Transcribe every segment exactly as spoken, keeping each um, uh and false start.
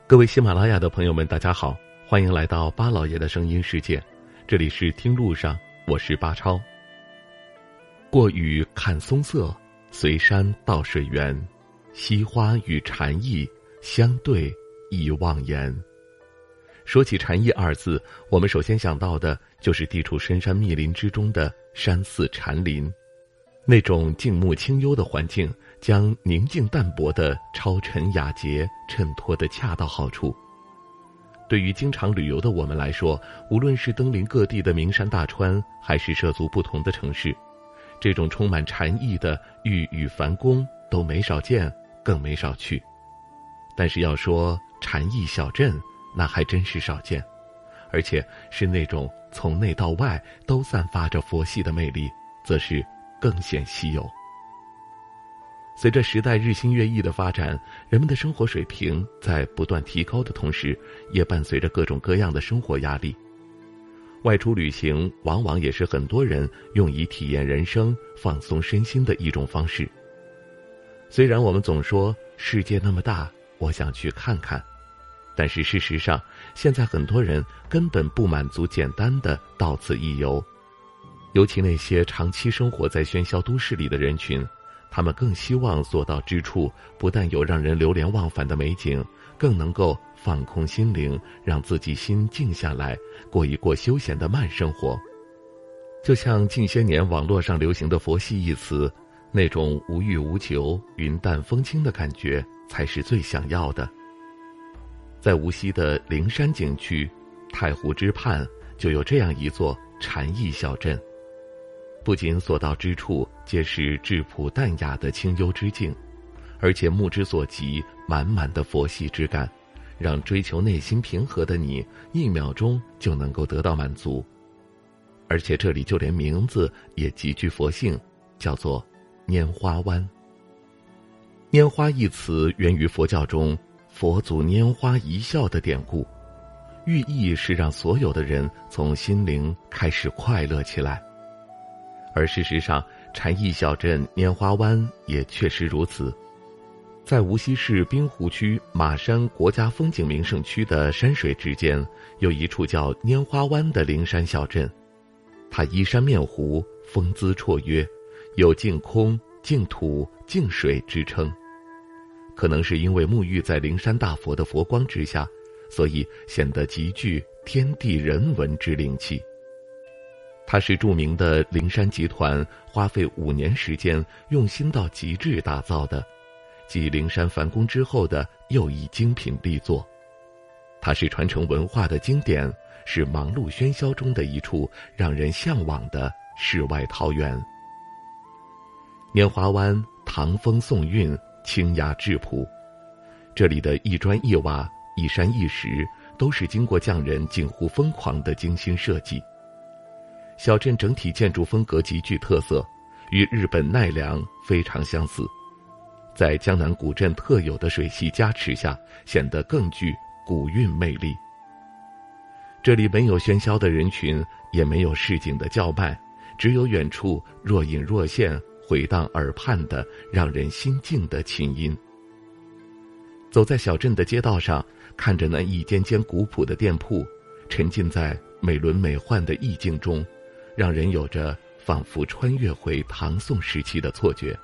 各位喜马拉雅的朋友们，大家好，欢迎来到巴老爷的声音世界，这里是听路上，我是巴超。过雨看松色，随山到水源，惜花与禅意相对亦忘言。说起禅意二字，我们首先想到的就是地处深山密林之中的山寺禅林，那种静穆清幽的环境，将宁静淡泊的超尘雅洁衬托得恰到好处。对于经常旅游的我们来说，无论是登临各地的名山大川，还是涉足不同的城市，这种充满禅意的郁与梵宫都没少见，更没少去。但是要说禅意小镇，那还真是少见，而且是那种从内到外都散发着佛系的魅力，则是更显稀有。随着时代日新月异的发展，人们的生活水平在不断提高的同时，也伴随着各种各样的生活压力。外出旅行往往也是很多人用以体验人生、放松身心的一种方式。虽然我们总说世界那么大，我想去看看，但是事实上，现在很多人根本不满足简单的到此一游。尤其那些长期生活在喧嚣都市里的人群，他们更希望所到之处不但有让人流连忘返的美景，更能够放空心灵，让自己心静下来，过一过休闲的慢生活。就像近些年网络上流行的佛系一词，那种无欲无求、云淡风轻的感觉才是最想要的。在无锡的灵山景区太湖之畔，就有这样一座禅意小镇。不仅所到之处皆是质朴淡雅的清幽之境，而且目之所及满满的佛系之感，让追求内心平和的你一秒钟就能够得到满足。而且这里就连名字也极具佛性，叫做拈花湾。拈花一词源于佛教中佛祖拈花一笑的典故，寓意是让所有的人从心灵开始快乐起来。而事实上，禅意小镇拈花湾也确实如此。在无锡市滨湖区马山国家风景名胜区的山水之间，有一处叫拈花湾的灵山小镇。它依山面湖，风姿绰约，有净空、净土、净水之称。可能是因为沐浴在灵山大佛的佛光之下，所以显得极具天地人文之灵气。它是著名的灵山集团花费五年时间用心到极致打造的，继灵山梵宫之后的又一精品力作。它是传承文化的经典，是忙碌喧嚣中的一处让人向往的世外桃源。拈花湾唐风宋韵，清雅质朴，这里的一砖一瓦、一山一石都是经过匠人近乎疯狂的精心设计。小镇整体建筑风格极具特色，与日本奈良非常相似，在江南古镇特有的水系加持下，显得更具古韵魅力。这里没有喧嚣的人群，也没有市井的叫卖，只有远处若隐若现回荡耳畔的让人心静的琴音。走在小镇的街道上，看着那一间间古朴的店铺，沉浸在美轮美奂的意境中，让人有着仿佛穿越回唐宋时期的错觉。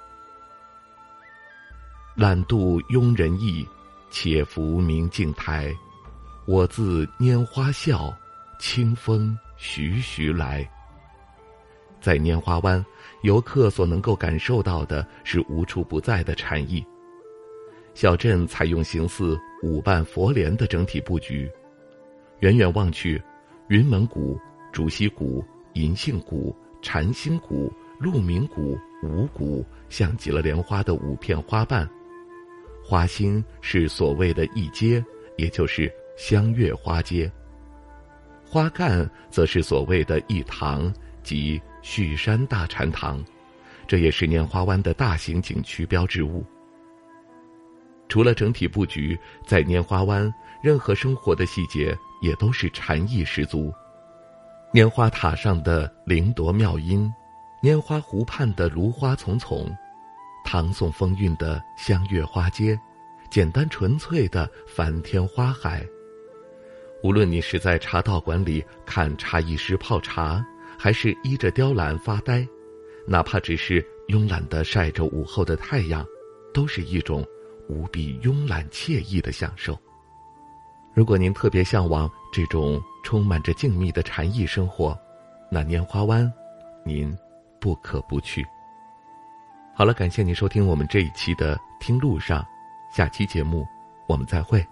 懒度庸人意，且浮明镜台，我自拈花笑，清风徐徐来。在拈花湾，游客所能够感受到的是无处不在的禅意。小镇采用形似五瓣佛莲的整体布局，远远望去，云门谷、竹溪谷、银杏谷、禅心谷、鹿鸣谷、五谷像极了莲花的五片花瓣。花心是所谓的一街，也就是香月花街。花干则是所谓的一堂，即旭山大禅堂，这也是拈花湾的大型景区标志物。除了整体布局，在拈花湾任何生活的细节也都是禅意十足。拈花塔上的灵铎妙音，拈花湖畔的芦花丛丛，唐宋风韵的香月花街， 简单纯粹的繁天花海。无论你是在茶道馆里看茶艺师泡茶，还是依着雕栏发呆，哪怕只是慵懒地晒着午后的太阳，都是一种无比慵懒惬意的享受。如果您特别向往这种充满着静谧的禅意生活，那拈花湾您不可不去。好了，感谢您收听我们这一期的听路上，下期节目我们再会。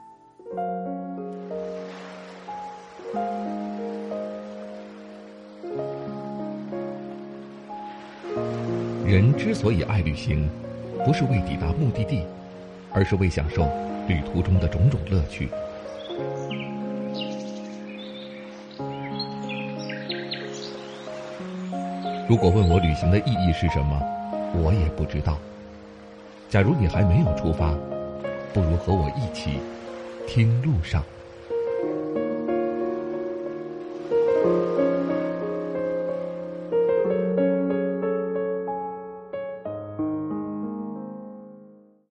人之所以爱旅行，不是为抵达目的地，而是为享受旅途中的种种乐趣。如果问我旅行的意义是什么，我也不知道。假如你还没有出发，不如和我一起听路上。